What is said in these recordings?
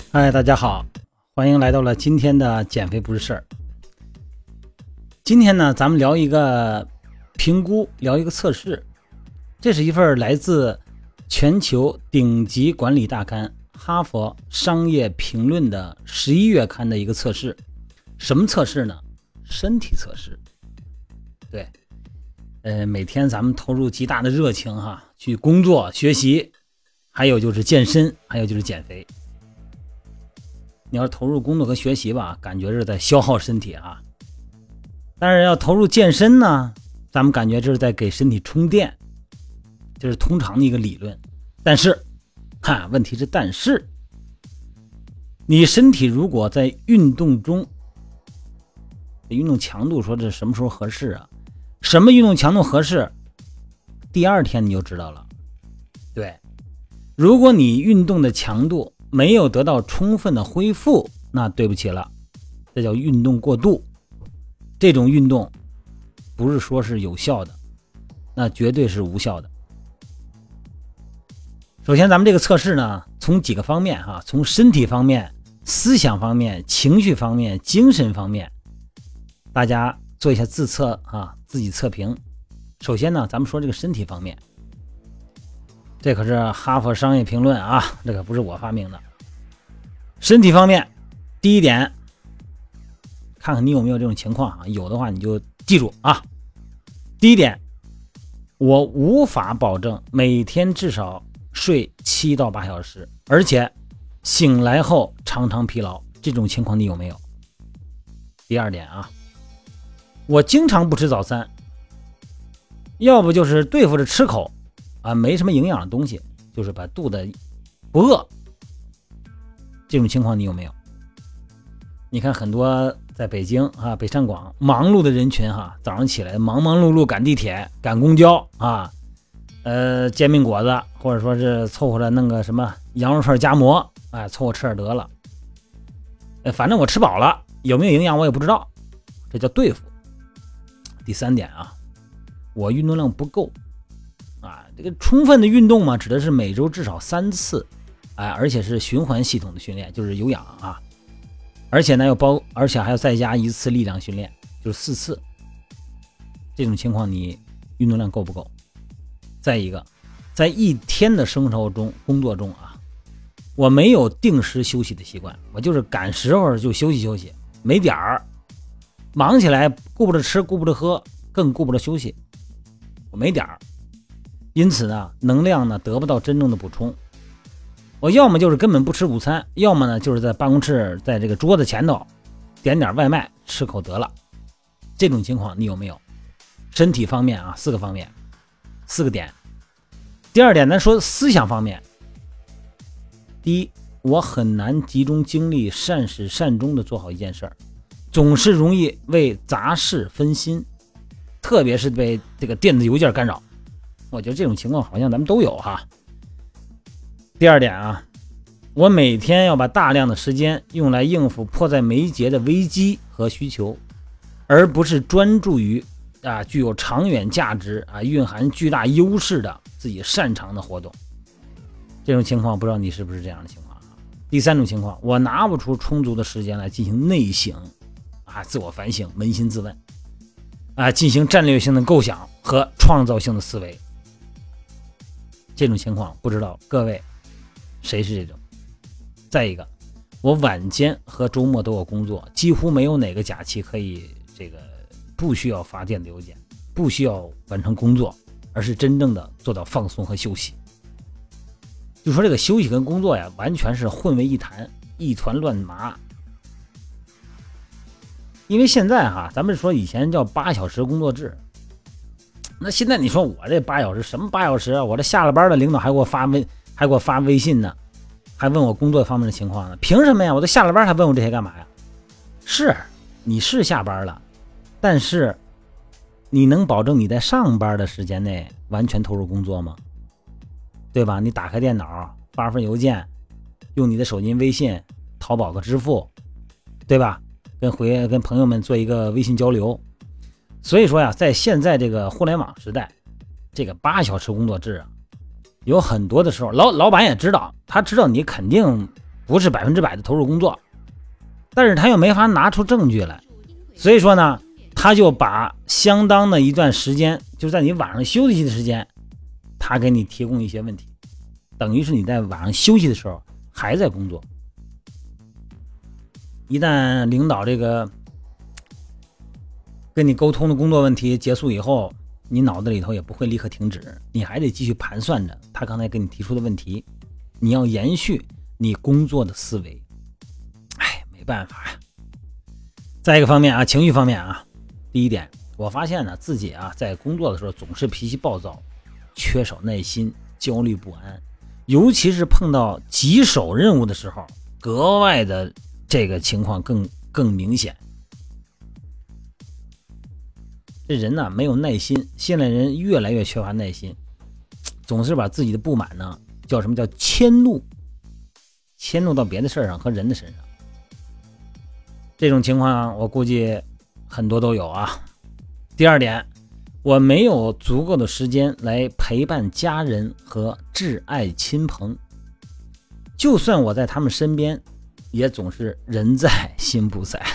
嗨，大家好，欢迎来到了今天的减肥不是事儿。今天呢，咱们聊一个评估，聊一个测试。这是一份来自全球顶级管理大刊哈佛商业评论的11月刊的一个测试。什么测试呢？身体测试。对，每天咱们投入极大的热情去工作、学习，还有就是健身，还有就是减肥。你要是投入工作和学习吧，感觉是在消耗身体但是要投入健身呢，咱们感觉这是在给身体充电，这是通常的一个理论。但是问题是你身体如果在运动中，运动强度说这什么时候合适啊？什么运动强度合适？第二天你就知道了。对，如果你运动的强度没有得到充分的恢复，那对不起了，这叫运动过度。这种运动不是说是有效的，那绝对是无效的。首先咱们这个测试呢，从几个方面从身体方面、思想方面、情绪方面、精神方面，大家做一下自测自己测评。首先呢，咱们说这个身体方面，这可是哈佛商业评论这可不是我发明的。身体方面，第一点，看看你有没有这种情况有的话你就记住第一点，我无法保证每天至少睡7到8小时，而且醒来后常常疲劳，这种情况你有没有？第二点我经常不吃早餐，要不就是对付着吃口没什么营养的东西，就是把肚子不饿，这种情况你有没有？你看很多在北京北上广忙碌的人群早上起来忙忙碌碌赶地铁赶公交煎饼果子，或者说是凑合着弄个什么羊肉串夹馍凑合吃点得了，反正我吃饱了，有没有营养我也不知道，这叫对付。第三点我运动量不够这个充分的运动嘛，指的是每周至少3次而且是循环系统的训练，就是有氧而且呢而且还要再加1次力量训练，就是4次。这种情况你运动量够不够？再一个，在一天的生活中工作中我没有定时休息的习惯，我就是赶时候就休息休息，没点儿，忙起来顾不着吃顾不着喝更顾不着休息，我没点儿，因此呢能量呢得不到真正的补充。我要么就是根本不吃午餐，要么呢就是在办公室在这个桌子前头点点外卖吃口得了。这种情况你有没有？身体方面4个方面，4个点。第二点，咱说思想方面。第一，我很难集中精力善始善终的做好一件事儿，总是容易为杂事分心，特别是被这个电子邮件干扰。我觉得这种情况好像咱们都有第二点我每天要把大量的时间用来应付迫在眉睫的危机和需求，而不是专注于具有长远价值蕴含巨大优势的自己擅长的活动。这种情况不知道你是不是这样的情况第三种情况，我拿不出充足的时间来进行内省自我反省，扪心自问进行战略性的构想和创造性的思维。这种情况不知道各位谁是这种？再一个，我晚间和周末都有工作，几乎没有哪个假期可以不需要发电子邮件，不需要完成工作，而是真正的做到放松和休息。就说这个休息跟工作完全是混为一谈，一团乱麻。因为现在咱们说以前叫8小时工作制，那现在你说我这8小时什么8小时我这下了班的领导还给我发微信呢，还问我工作方面的情况呢，凭什么呀？我都下了班还问我这些干嘛呀？是你是下班了，但是你能保证你在上班的时间内完全投入工作吗？对吧？你打开电脑发份邮件，用你的手机微信淘宝和支付，对吧？跟朋友们做一个微信交流。所以说在现在这个互联网时代，这个8小时工作制有很多的时候老板也知道，他知道你肯定不是100%的投入工作，但是他又没法拿出证据来，所以说呢，他就把相当的一段时间，就是在你晚上休息的时间，他给你提供一些问题，等于是你在晚上休息的时候还在工作。一旦领导这个跟你沟通的工作问题结束以后，你脑子里头也不会立刻停止，你还得继续盘算着他刚才跟你提出的问题，你要延续你工作的思维。没办法呀。再一个方面啊，情绪方面啊，第一点，我发现呢自己啊在工作的时候总是脾气暴躁，缺少耐心，焦虑不安，尤其是碰到棘手任务的时候，格外的这个情况更明显。这人呢没有耐心，现在人越来越缺乏耐心，总是把自己的不满呢叫什么叫迁怒到别的事上和人的身上。这种情况我估计很多都有啊。第二点，我没有足够的时间来陪伴家人和挚爱亲朋，就算我在他们身边，也总是人在心不在。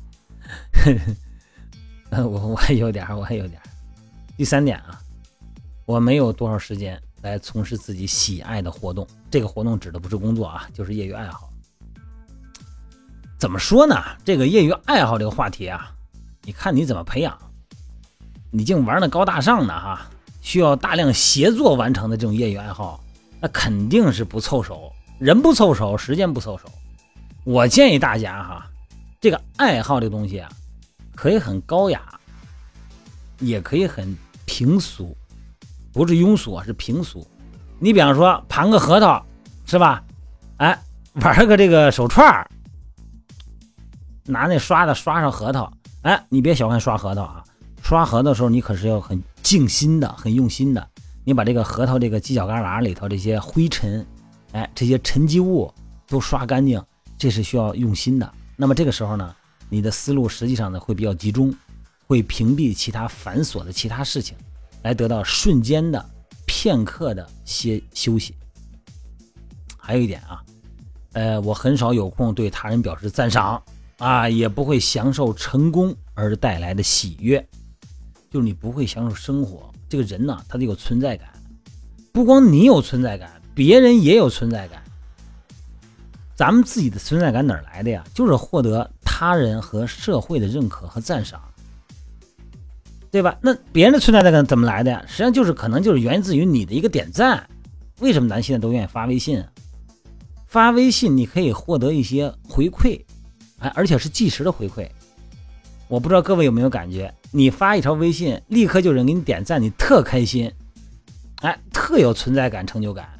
我也有点。第三点啊，我没有多少时间来从事自己喜爱的活动，这个活动指的不是工作啊，就是业余爱好。怎么说呢，这个业余爱好这个话题啊，你看你怎么培养。你净玩那高大上的哈，需要大量协作完成的这种业余爱好，那肯定是不凑手，人不凑手，时间不凑手。我建议大家哈，这个爱好这个东西啊，可以很高雅，也可以很平俗，不是庸俗啊，是平俗。你比方说盘个核桃是吧，玩个这个手串，拿那刷子刷上核桃，你别小看刷核桃啊，刷核桃的时候你可是要很静心的，很用心的。你把这个核桃这个犄角旮旯里头这些灰尘，这些沉积物都刷干净，这是需要用心的。那么这个时候呢，你的思路实际上呢会比较集中，会屏蔽其他繁琐的其他事情，来得到瞬间的片刻的休息。还有一点啊，我很少有空对他人表示赞赏啊，也不会享受成功而带来的喜悦，就是你不会享受生活。这个人呢，他得有存在感，不光你有存在感，别人也有存在感。咱们自己的存在感哪儿来的呀？就是获得他人和社会的认可和赞赏，对吧？那别人的存在感怎么来的呀？实际上就是可能就是源自于你的一个点赞。为什么咱现在都愿意发微信啊？发微信你可以获得一些回馈，而且是即时的回馈。我不知道各位有没有感觉，你发一条微信，立刻就有人给你点赞，你特开心，特有存在感、成就感。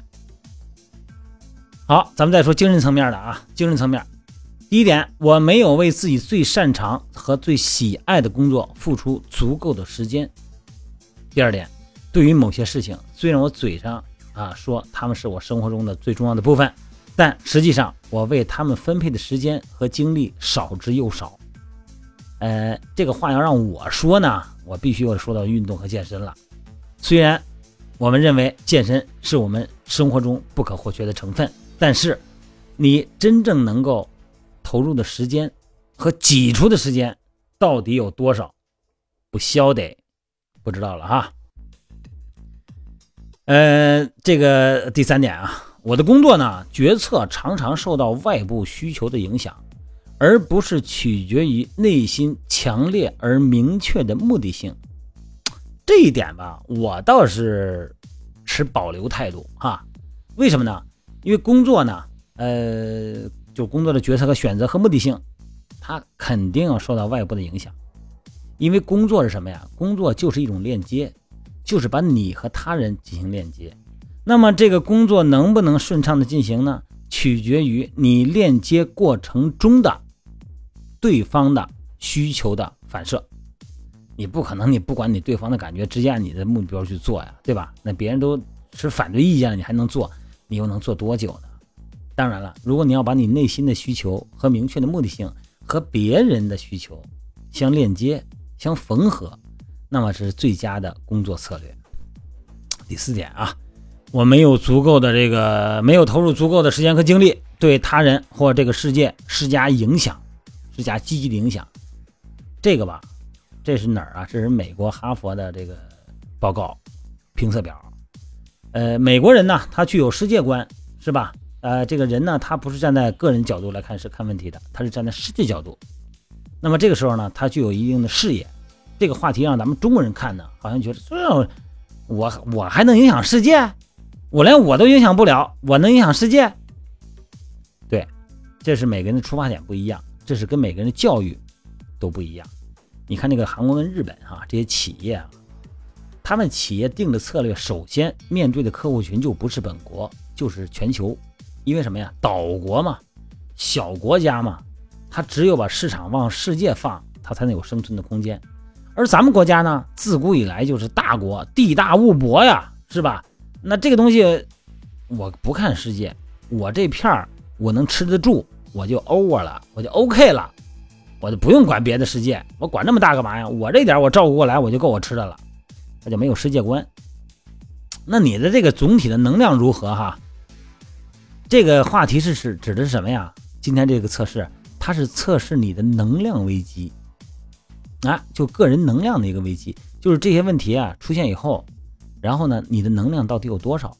好，咱们再说精神层面的啊，精神层面。第一点，我没有为自己最擅长和最喜爱的工作付出足够的时间。第二点，对于某些事情，虽然我嘴上说他们是我生活中的最重要的部分，但实际上我为他们分配的时间和精力少之又少。这个话要让我说呢，我必须要说到运动和健身了。虽然我们认为健身是我们生活中不可或缺的成分，但是你真正能够投入的时间和挤出的时间到底有多少，不晓得，不知道了哈。这个第三点啊，我的工作呢，决策常常受到外部需求的影响，而不是取决于内心强烈而明确的目的性。这一点吧，我倒是持保留态度哈。为什么呢？因为工作呢，就工作的决策和选择和目的性，它肯定要受到外部的影响。因为工作是什么呀？工作就是一种链接，就是把你和他人进行链接。那么这个工作能不能顺畅的进行呢？取决于你链接过程中的对方的需求的反射。你不可能你不管你对方的感觉，直接按你的目标去做呀，对吧？那别人都持反对意见了，你还能做，你又能做多久呢？当然了，如果你要把你内心的需求和明确的目的性和别人的需求相链接、相缝合，那么是最佳的工作策略。第四点啊， 我没有投入足够的时间和精力，对他人或这个世界施加积极的影响。这个吧，这是哪儿啊？这是美国哈佛的这个报告评测表。美国人呢，他具有世界观，是吧？这个人呢，他不是站在个人角度来看问题的，他是站在世界角度。那么这个时候呢，他具有一定的视野。这个话题让咱们中国人看呢，好像觉得这我还能影响世界？我连我都影响不了，我能影响世界？对，这是每个人的出发点不一样，这是跟每个人的教育都不一样。你看那个韩国跟日本这些企业他们企业定的策略，首先面对的客户群就不是本国，就是全球。因为什么呀？岛国嘛，小国家嘛，它只有把市场往世界放，它才能有生存的空间。而咱们国家呢，自古以来就是大国，地大物博呀，是吧？那这个东西我不看世界，我这片我能吃得住，我就 over 了，我就 OK 了，我就不用管别的世界，我管那么大干嘛呀？我这点我照顾过来，我就够我吃的了，那就没有世界观。那你的这个总体的能量如何这个话题是指的是什么呀？今天这个测试，它是测试你的能量危机就个人能量的一个危机，就是这些问题出现以后，然后呢，你的能量到底有多少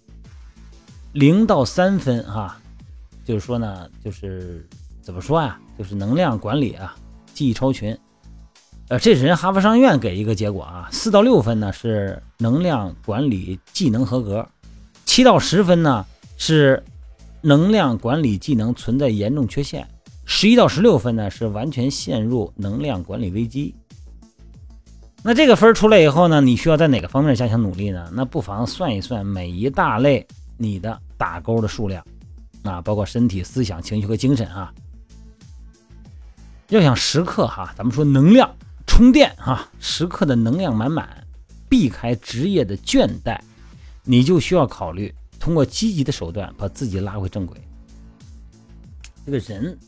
？0到3分就是说呢，就是怎么说就是能量管理技艺超群。这是人哈佛商学院给一个结果4到6分呢是能量管理技能合格，7到10分呢是能量管理技能存在严重缺陷，11到16分呢是完全陷入能量管理危机。那这个分出来以后呢，你需要在哪个方面加强努力呢？那不妨算一算每一大类你的打勾的数量包括身体、思想、情绪和精神要想时刻咱们说能量充电时刻的能量满满，避开职业的倦怠，你就需要考虑通过积极的手段把自己拉回正轨。这个人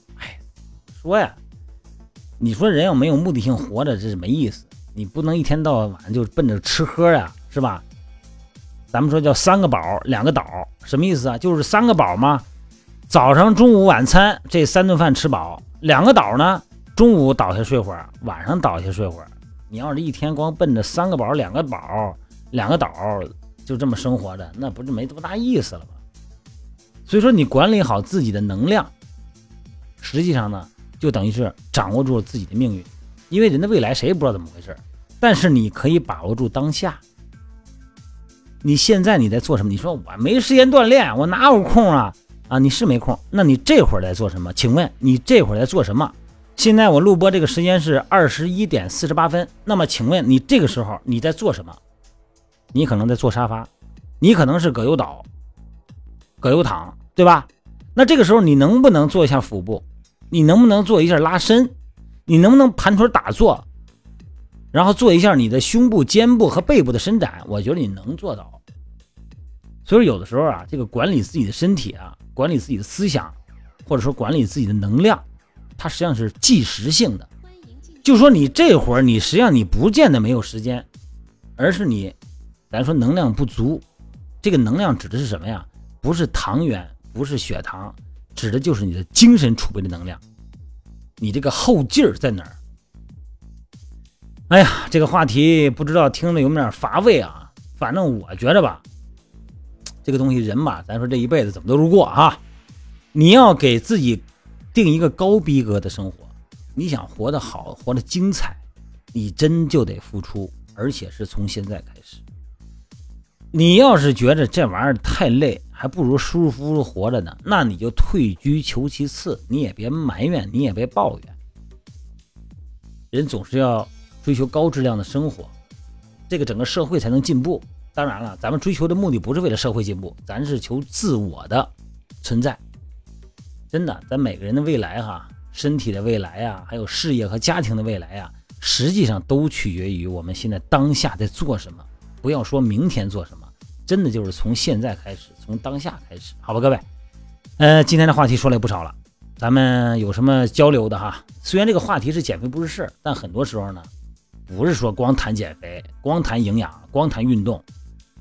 你说人要没有目的性活着，这是没意思。你不能一天到晚就奔着吃喝是吧？咱们说叫3个饱2个倒，什么意思就是3个饱嘛，早上中午晚餐这3顿饭吃饱，2个倒呢，中午倒下睡会儿，晚上倒下睡会儿。你要是一天光奔着3个饱2个饱2个倒就这么生活着，那不是没多大意思了吗？所以说你管理好自己的能量，实际上呢就等于是掌握住了自己的命运。因为人的未来谁也不知道怎么回事，但是你可以把握住当下。你现在你在做什么？你说我没时间锻炼，我哪有空你是没空，那你这会儿在做什么？请问你这会儿在做什么？现在我录播这个时间是21点48分，那么请问你这个时候你在做什么？你可能在坐沙发，你可能是葛优倒葛优躺，对吧？那这个时候你能不能做一下腹部？你能不能做一下拉伸？你能不能盘腿打坐，然后做一下你的胸部、肩部和背部的伸展？我觉得你能做到。所以有的时候这个管理自己的身体管理自己的思想，或者说管理自己的能量，它实际上是即时性的。就说你这会儿你实际上你不见得没有时间，而是你咱说能量不足。这个能量指的是什么呀？不是糖原，不是血糖，指的就是你的精神储备的能量。你这个后劲儿在哪儿？哎呀，这个话题不知道听着有没有点乏味反正我觉着吧，这个东西人嘛，咱说这一辈子怎么都如过你要给自己定一个高逼格的生活，你想活得好，活得精彩，你真就得付出，而且是从现在开始。你要是觉得这玩意儿太累，还不如舒舒服服活着呢，那你就退居求其次，你也别埋怨，你也别抱怨。人总是要追求高质量的生活，这个整个社会才能进步。当然了，咱们追求的目的不是为了社会进步，咱是求自我的存在。真的，咱每个人的未来身体的未来还有事业和家庭的未来实际上都取决于我们现在当下在做什么。不要说明天做什么，真的就是从现在开始，从当下开始，好吧，各位。今天的话题说了也不少了，咱们有什么交流的虽然这个话题是减肥不是事，但很多时候呢，不是说光谈减肥、光谈营养、光谈运动。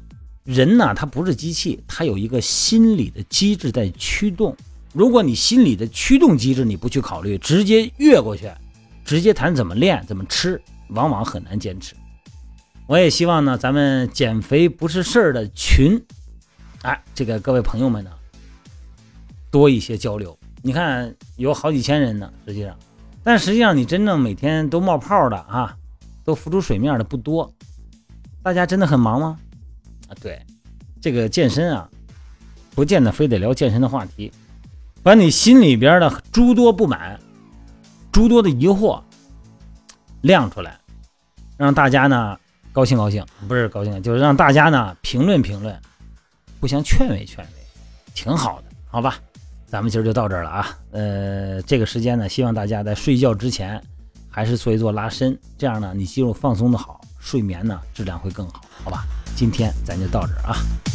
人呢，他不是机器，他有一个心理的机制在驱动。如果你心理的驱动机制你不去考虑，直接越过去，直接谈怎么练怎么吃，往往很难坚持。我也希望呢，咱们减肥不是事儿的群，这个各位朋友们呢，多一些交流。你看有好几千人呢，但实际上你真正每天都冒泡的都浮出水面的不多。大家真的很忙吗？对，这个健身不见得非得聊健身的话题，把你心里边的诸多不满、诸多的疑惑亮出来，让大家呢高兴，不是高兴，就是让大家呢评论，互相劝慰，挺好的，好吧？咱们今儿就到这儿了这个时间呢，希望大家在睡觉之前还是做一做拉伸，这样呢你肌肉放松的好，睡眠呢质量会更好，好吧？今天咱就到这儿